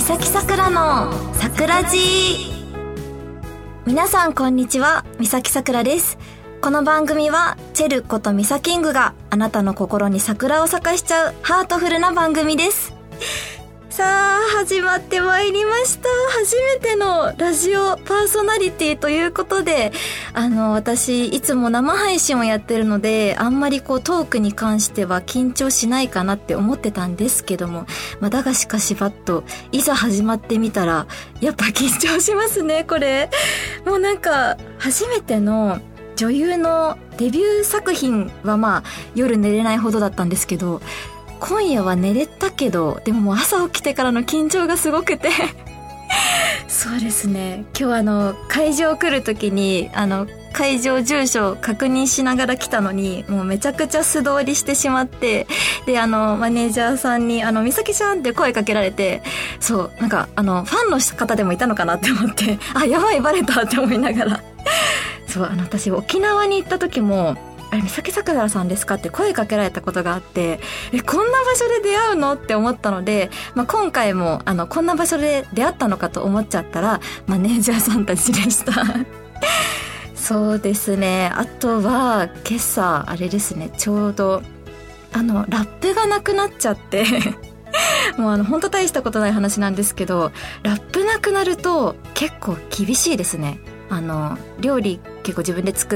三崎さくらのさくらじ。皆さんこんにちは、三崎さくらです。この番組はチェルことミサキングがあなたの心に桜を咲かしちゃうハートフルな番組です。さあ始まってまいりました。初めてのラジオパーソナリティということで、私いつも生配信をやってるので、あんまりトークに関しては緊張しないかなって思ってたんですけども、だがしかしばっといざ始まってみたらやっぱ緊張しますね。これもうなんか初めての女優のデビュー作品は夜寝れないほどだったんですけど、今夜は寝れたけど、でももう朝起きてからの緊張がすごくてそうですね、今日会場来る時に会場住所確認しながら来たのに、もうめちゃくちゃ素通りしてしまって、でマネージャーさんに美咲ちゃんって声かけられて、そうなんかファンの方でもいたのかなって思って、やばいバレたって思いながらそう私沖縄に行った時も三崎さくらさんですかって声かけられたことがあって、こんな場所で出会うのって思ったので、今回もこんな場所で出会ったのかと思っちゃったらマネージャーさんたちでしたそうですね。あとは今朝あれですね、ちょうどラップがなくなっちゃってもう本当大したことない話なんですけど、ラップなくなると結構厳しいですね。料理結構自分で作って、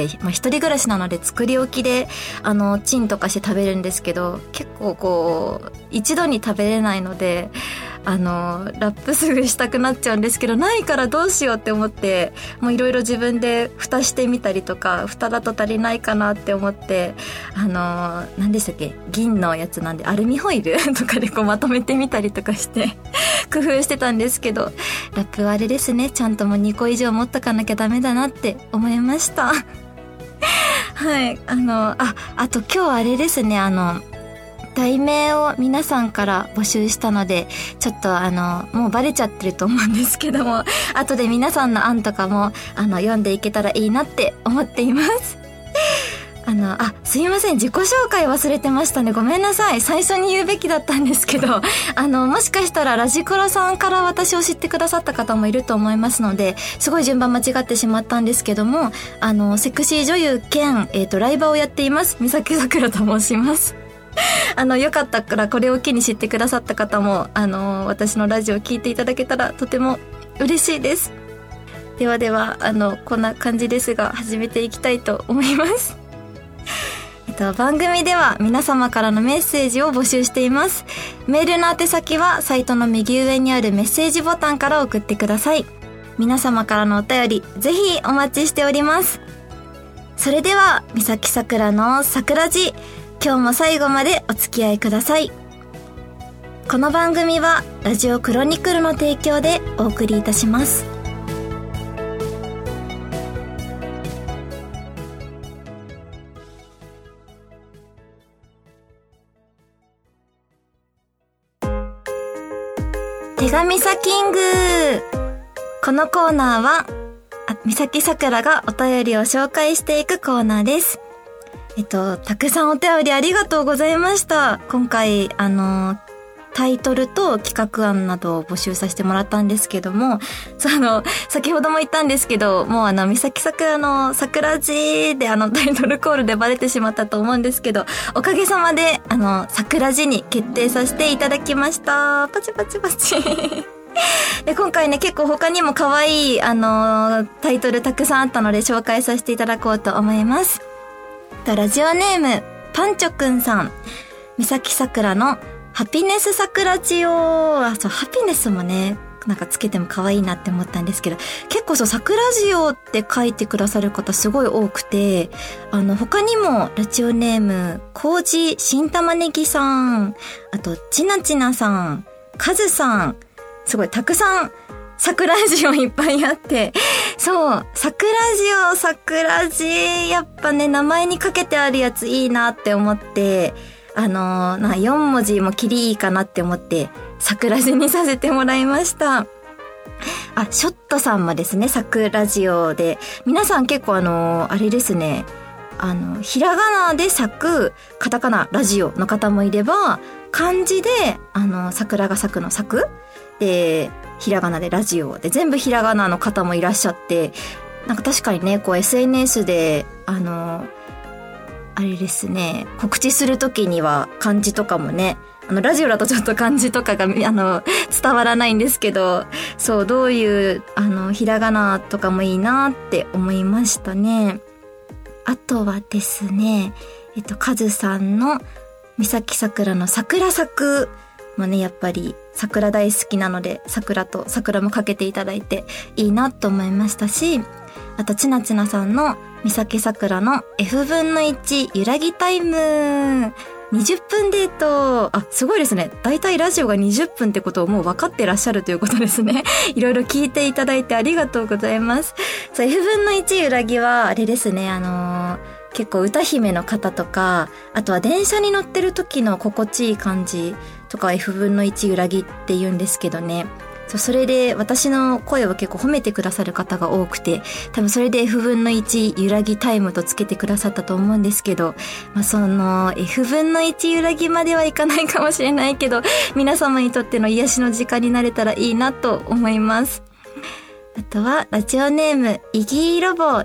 一人暮らしなので作り置きでチンとかして食べるんですけど、結構一度に食べれないのでラップすぐしたくなっちゃうんですけど、ないからどうしようって思って、もういろいろ自分で蓋してみたりとか、蓋だと足りないかなって思って何でしたっけ、銀のやつなんでアルミホイルとかでまとめてみたりとかして工夫してたんですけど、ラップはあれですね、ちゃんともう2個以上持っとかなきゃダメだなって思いましたはい、あと今日あれですね、題名を皆さんから募集したので、ちょっともうバレちゃってると思うんですけども、後で皆さんの案とかも読んでいけたらいいなって思っていますすいません、自己紹介忘れてましたね。ごめんなさい。最初に言うべきだったんですけどもしかしたらラジクロさんから私を知ってくださった方もいると思いますので、すごい順番間違ってしまったんですけども、セクシー女優兼ライバーをやっています三崎さくらと申しますよかったらこれを機に知ってくださった方も私のラジオを聞いていただけたらとても嬉しいです。ではではこんな感じですが始めていきたいと思います番組では皆様からのメッセージを募集しています。メールの宛先はサイトの右上にあるメッセージボタンから送ってください。皆様からのお便りぜひお待ちしております。それでは三崎さくらの桜地、今日も最後までお付き合いください。この番組はラジオクロニクルの提供でお送りいたします。手紙サキング。このコーナーは三崎さくらがお便りを紹介していくコーナーです。たくさんお便りありがとうございました。今回タイトルと企画案などを募集させてもらったんですけども、先ほども言ったんですけど、もう三崎さくらの桜地でタイトルコールでバレてしまったと思うんですけど、おかげさまで桜地に決定させていただきました。パチパチパチで今回ね、結構他にも可愛いタイトルたくさんあったので紹介させていただこうと思います。ラジオネームパンチョくんさん、三崎さくらのハピネス桜地を、そう、ハピネスもね、なんかつけても可愛いなって思ったんですけど、結構桜地をって書いてくださる方すごい多くて、他にもラジオネームコウジ新玉ねぎさん、あとちなちなさん、カズさん、すごいたくさん桜地をいっぱいあって、そう、桜地やっぱね、名前にかけてあるやついいなって思って、4文字もキリいいかなって思って桜地にさせてもらいました。ショットさんもですね、桜ジオで、皆さん結構あれですね、 ひらがなで咲くカタカナラジオの方もいれば、漢字で桜が咲くの咲くで、ひらがなでラジオで全部ひらがなの方もいらっしゃって、なんか確かにね、こう SNS であれですね、告知するときには漢字とかもね、ラジオだとちょっと漢字とかが伝わらないんですけど、そう、どういうひらがなとかもいいなって思いましたね。あとはですね、カズさんの三崎桜の桜咲くもね、やっぱり桜大好きなので、桜と桜もかけていただいていいなと思いましたし、あとちなちなさんの三崎桜の F 分の1揺らぎタイム20分デート。すごいですね。だいたいラジオが20分ってことをもう分かってらっしゃるということですね。いろいろ聞いていただいてありがとうございます。そう、F 分の1揺らぎはあれですね、結構歌姫の方とか、あとは電車に乗ってる時の心地いい感じとか F 分の1揺らぎって言うんですけどね。そう、それで私の声を結構褒めてくださる方が多くて、多分それで F 分の1揺らぎタイムとつけてくださったと思うんですけど、その F 分の1揺らぎまではいかないかもしれないけど、皆様にとっての癒しの時間になれたらいいなと思います。あとはラジオネームイギーロボ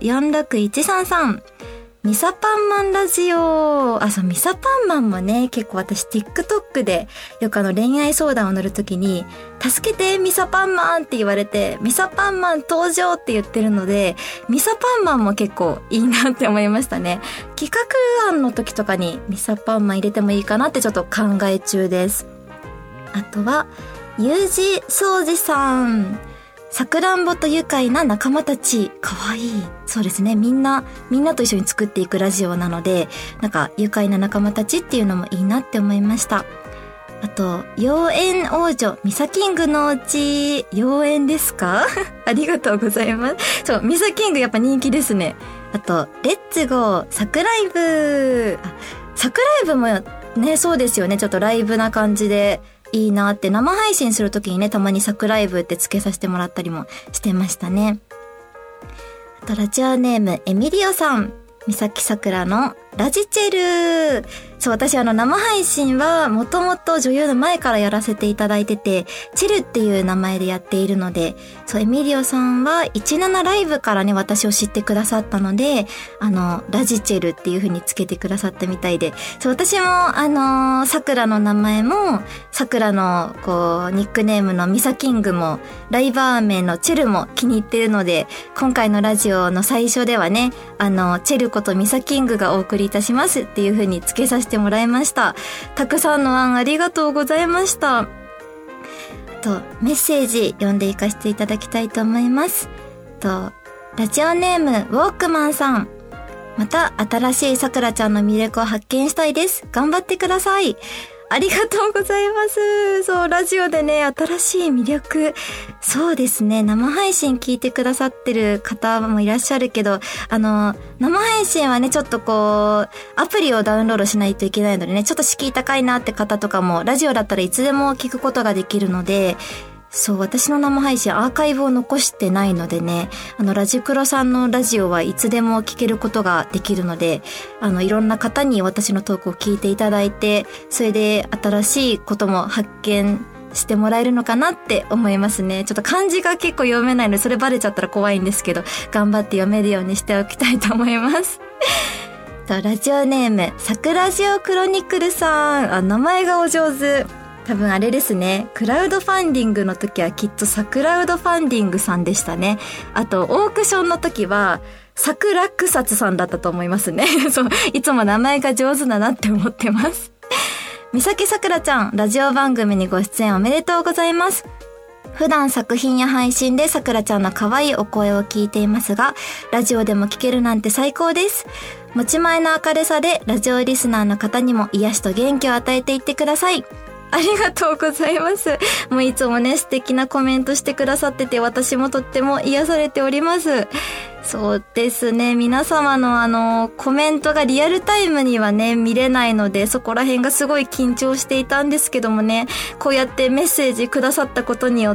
46133、ミサパンマンラジオ。そう、ミサパンマンもね、結構私 TikTok でよく恋愛相談を乗るときに、助けてミサパンマンって言われて、ミサパンマン登場って言ってるので、ミサパンマンも結構いいなって思いましたね。企画案の時とかにミサパンマン入れてもいいかなってちょっと考え中です。あとは、ゆうじそうじさん。さくらんぼと愉快な仲間たち、かわいい。そうですね。みんなと一緒に作っていくラジオなので、なんか愉快な仲間たちっていうのもいいなって思いました。あと、妖艶王女、ミサキングのうち、妖艶ですかありがとうございます。そう、ミサキングやっぱ人気ですね。あと、レッツゴー、サクライブ。サクライブもね、そうですよね。ちょっとライブな感じで、いいなって生配信するときにね、たまにサクライブってつけさせてもらったりもしてましたね。あとラジオネームエミリオさん、三崎桜のラジチェル。そう、私生配信はもともと女優の前からやらせていただいてて、チェルっていう名前でやっているので、そう、エミリオさんは17ライブからね、私を知ってくださったので、ラジチェルっていう風につけてくださったみたいで、そう、私も桜の名前も、桜のこう、ニックネームのミサキングも、ライバー名のチェルも気に入ってるので、今回のラジオの最初ではね、チェルことミサキングがお送りいたしますっていう風につけさせてもらいました。たくさんの案ありがとうございました。と、メッセージ読んでいかせていただきたいと思います。と、ラジオネームウォークマンさん。また新しいさくらちゃんの魅力を発見したいです。頑張ってください。ありがとうございます。そう、ラジオでね、新しい魅力。そうですね、生配信聞いてくださってる方もいらっしゃるけど、生配信はね、ちょっとこう、アプリをダウンロードしないといけないのでね、ちょっと敷居高いなって方とかも、ラジオだったらいつでも聞くことができるので、そう、私の生配信アーカイブを残してないのでね、ラジクロさんのラジオはいつでも聞けることができるので、いろんな方に私のトークを聞いていただいて、それで新しいことも発見してもらえるのかなって思いますね。ちょっと漢字が結構読めないので、それバレちゃったら怖いんですけど、頑張って読めるようにしておきたいと思います。ラジオネーム、さくらジオクロニクルさん。名前がお上手。多分あれですね。クラウドファンディングの時はきっとサクラウドファンディングさんでしたね。あと、オークションの時は、サクラクサツさんだったと思いますね。そう、いつも名前が上手だなって思ってます。三崎さくらちゃん、ラジオ番組にご出演おめでとうございます。普段作品や配信でさくらちゃんの可愛いお声を聞いていますが、ラジオでも聞けるなんて最高です。持ち前の明るさでラジオリスナーの方にも癒しと元気を与えていってください。ありがとうございます。もういつもね、素敵なコメントしてくださってて、私もとっても癒されております。 そうですね。皆様のコメントがリアルタイムにはね、見れないので、そこら辺がすごい緊張していたんですけどもね、こうやってメッセージくださったことによって、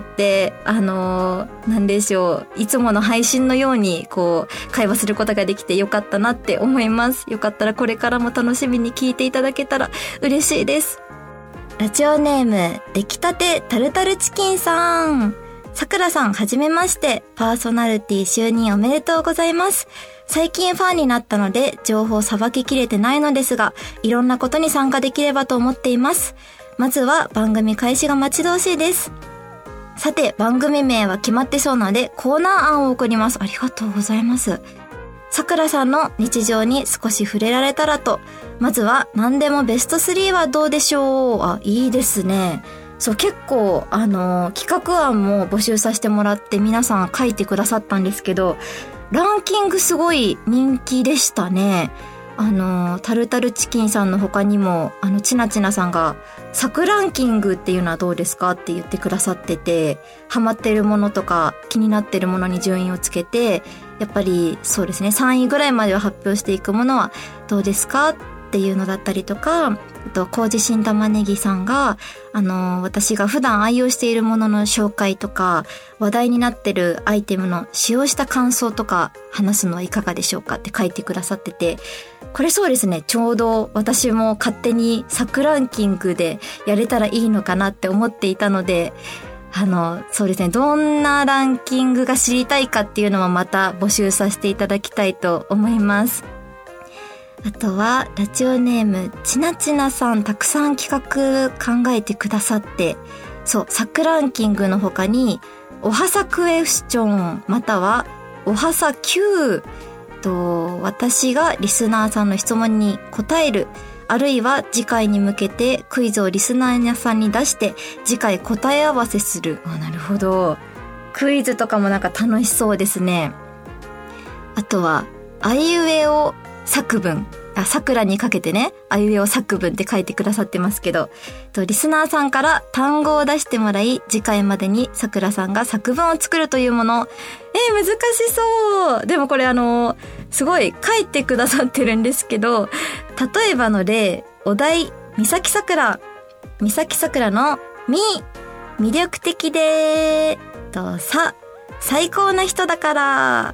なんでしょう。いつもの配信のように、会話することができてよかったなって思います。よかったらこれからも楽しみに聞いていただけたら嬉しいです。ラジオネーム、出来たてタルタルチキンさん。さくらさん、はじめまして。パーソナリティ就任おめでとうございます。最近ファンになったので、情報さばききれてないのですが、いろんなことに参加できればと思っています。まずは番組開始が待ち遠しいです。さて、番組名は決まってそうなので、コーナー案を送ります。ありがとうございます。さくらさんの日常に少し触れられたらと、まずは何でもベスト3はどうでしょう。あ、いいですね。そう、結構、企画案も募集させてもらって皆さん書いてくださったんですけど、ランキングすごい人気でしたね。タルタルチキンさんの他にも、ちなちなさんが、サクランキングっていうのはどうですかって言ってくださってて、ハマってるものとか気になってるものに順位をつけて、やっぱりそうですね、3位ぐらいまでは発表していくものはどうですかっていうのだったりとか、麹新玉ねぎさんが、私が普段愛用しているものの紹介とか、話題になってるアイテムの使用した感想とか話すのはいかがでしょうかって書いてくださってて、これそうですね、ちょうど私も勝手にサクランキングでやれたらいいのかなって思っていたので、そうですね、どんなランキングが知りたいかっていうのはまた募集させていただきたいと思います。あとは、ラジオネーム、ちなちなさん、たくさん企画考えてくださって、そう、サクランキングの他に、おはさクエスチョン、または、おはさ Q と、私がリスナーさんの質問に答える、あるいは次回に向けてクイズをリスナーさんに出して、次回答え合わせする。あ、なるほど。クイズとかもなんか楽しそうですね。あとは、あいうえお作文。桜にかけてね、あいうえお作文って書いてくださってますけど、リスナーさんから単語を出してもらい、次回までに桜さんが作文を作るというもの。難しそう。でもこれすごい書いてくださってるんですけど、例えばの例、お題、三崎桜の魅力的で、最高な人だから、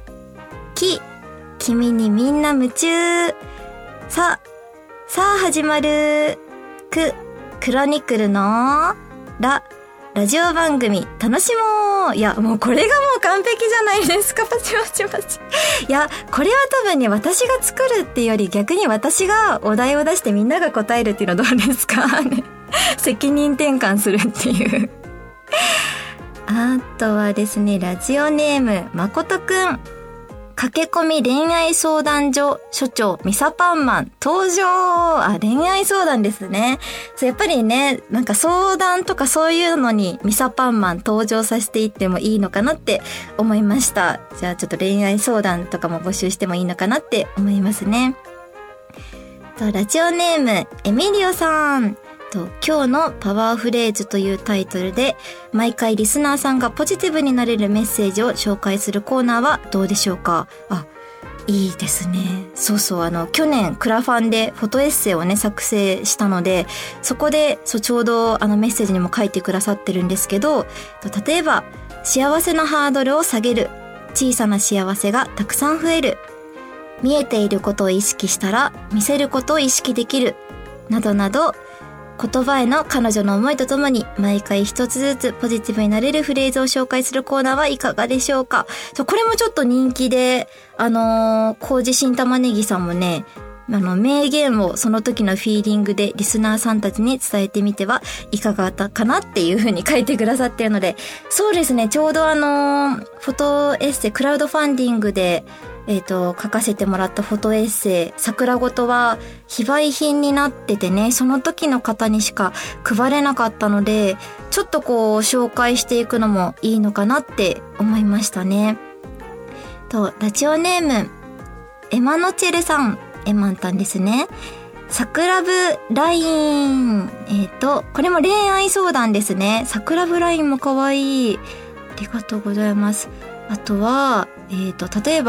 君にみんな夢中。さあ始まる。クロニクルのラジオ番組楽しもう。いや、もうこれがもう完璧じゃないですか。パチパチパチ。いや、これは多分ね、私が作るっていうより逆に私がお題を出してみんなが答えるっていうのはどうですかね。責任転換するっていう。あとはですね、ラジオネーム、まことくん。駆け込み恋愛相談所所長ミサパンマン登場。恋愛相談ですね。そう、やっぱりね、なんか相談とかそういうのにミサパンマン登場させていってもいいのかなって思いました。じゃあちょっと恋愛相談とかも募集してもいいのかなって思いますね。ラジオネームエミリオさん。今日のパワーフレーズというタイトルで毎回リスナーさんがポジティブになれるメッセージを紹介するコーナーはどうでしょうか。いいですね。そうそう、去年クラファンでフォトエッセイをね作成したので、そこでちょうどメッセージにも書いてくださってるんですけど、例えば幸せのハードルを下げる、小さな幸せがたくさん増える、見えていることを意識したら見せることを意識できる、などなど、言葉への彼女の思いとともに毎回一つずつポジティブになれるフレーズを紹介するコーナーはいかがでしょうか。これもちょっと人気で、麹新玉ねぎさんもね、名言をその時のフィーリングでリスナーさんたちに伝えてみてはいかがかなっていう風に書いてくださっているので、そうですね、ちょうどフォトエッセイクラウドファンディングで書かせてもらったフォトエッセイ、桜ごとは非売品になっててね、その時の方にしか配れなかったので、ちょっと紹介していくのもいいのかなって思いましたね。ラジオネーム、エマノチェルさん、エマンタンですね。桜部ライン。これも恋愛相談ですね。桜部ラインも可愛い。ありがとうございます。あとは、例えば、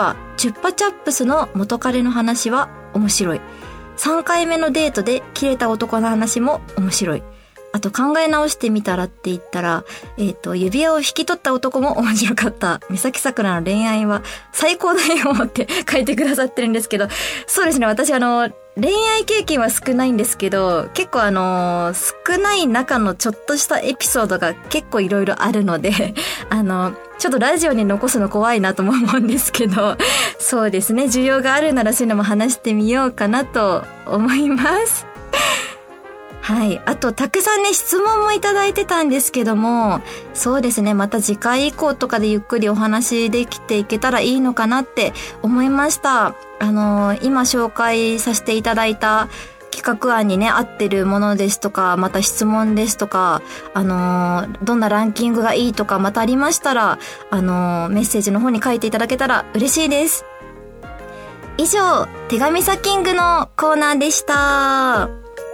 チュッパチャップスの元彼の話は面白い。3回目のデートで切れた男の話も面白い。あと考え直してみたらって言ったら、指輪を引き取った男も面白かった。三崎さくらの恋愛は最高だよって書いてくださってるんですけど、そうですね、私恋愛経験は少ないんですけど、結構少ない中のちょっとしたエピソードが結構いろいろあるので、ちょっとラジオに残すの怖いなとも思うんですけど、そうですね、需要があるならそういうのも話してみようかなと思います。はい。あと、たくさんね、質問もいただいてたんですけども、そうですね、また次回以降とかでゆっくりお話できていけたらいいのかなって思いました。今紹介させていただいた企画案にね、合ってるものですとか、また質問ですとか、どんなランキングがいいとか、またありましたら、メッセージの方に書いていただけたら嬉しいです。以上、手紙サキングのコーナーでした。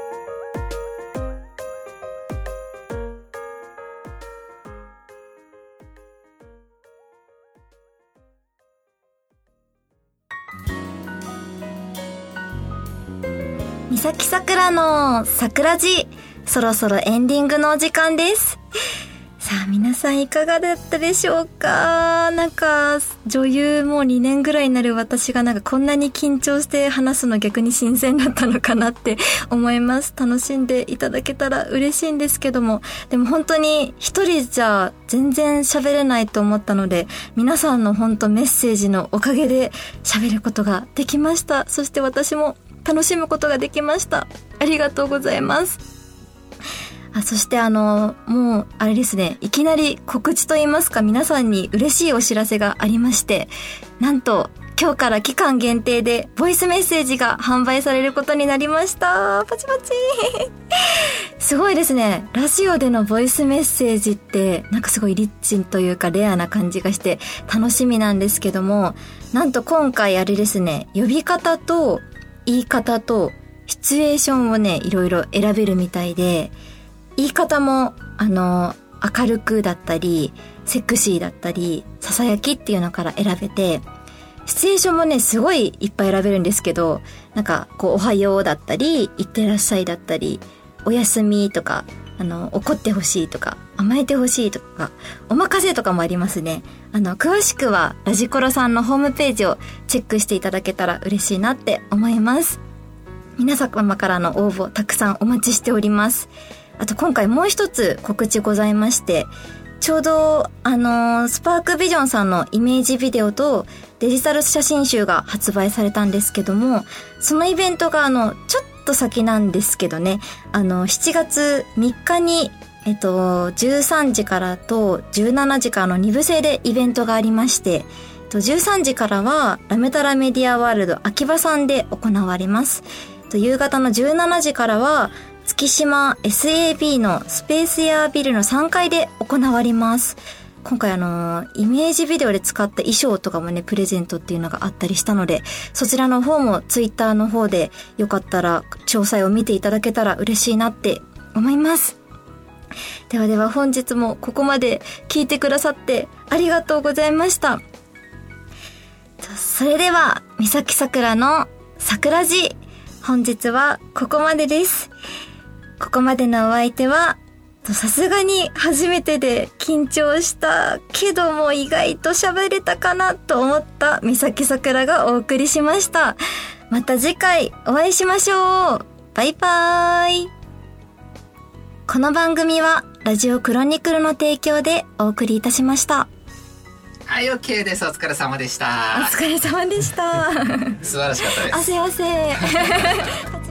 三崎さくらの桜地、そろそろエンディングのお時間です。さあ皆さんいかがだったでしょうか。なんか女優もう2年ぐらいになる私がなんかこんなに緊張して話すの逆に新鮮だったのかなって思います。楽しんでいただけたら嬉しいんですけども、でも本当に一人じゃ全然喋れないと思ったので、皆さんの本当メッセージのおかげで喋ることができました。そして私も楽しむことができました。ありがとうございます。そしてもうあれですね、いきなり告知と言いますか、皆さんに嬉しいお知らせがありまして、なんと今日から期間限定でボイスメッセージが販売されることになりました。パチパチすごいですね。ラジオでのボイスメッセージってなんかすごいリッチというかレアな感じがして楽しみなんですけども、なんと今回あれですね、呼び方と言い方とシチュエーションをね、いろいろ選べるみたいで、言い方も明るくだったりセクシーだったりささやきっていうのから選べて、シチュエーションもねすごいいっぱい選べるんですけど、なんかこうおはようだったりいってらっしゃいだったりおやすみとか、怒ってほしいとか甘えてほしいとかお任せとかもありますね。詳しくはラジコロさんのホームページをチェックしていただけたら嬉しいなって思います。皆様からの応募たくさんお待ちしております。あと今回もう一つ告知ございまして、ちょうどスパークビジョンさんのイメージビデオとデジタル写真集が発売されたんですけども、そのイベントがちょっと先なんですけどね、7月3日に13時からと17時からの2部制でイベントがありまして、13時からはラメタラメディアワールド秋葉さんで行われます。夕方の17時からは月島 SAB のスペースエアビルの3階で行われます。今回イメージビデオで使った衣装とかもねプレゼントっていうのがあったりしたので、そちらの方もツイッターの方でよかったら詳細を見ていただけたら嬉しいなって思います。ではでは本日もここまで聞いてくださってありがとうございました。それでは三崎さくらの桜地、本日はここまでです。ここまでのお相手はさすがに初めてで緊張したけども意外と喋れたかなと思った三崎さくらがお送りしました。また次回お会いしましょう。バイバーイ。この番組はラジオクロニクルの提供でお送りいたしました。 はい、OK です。お疲れ様でした。 お疲れ様でした。 素晴らしかったです。 汗汗。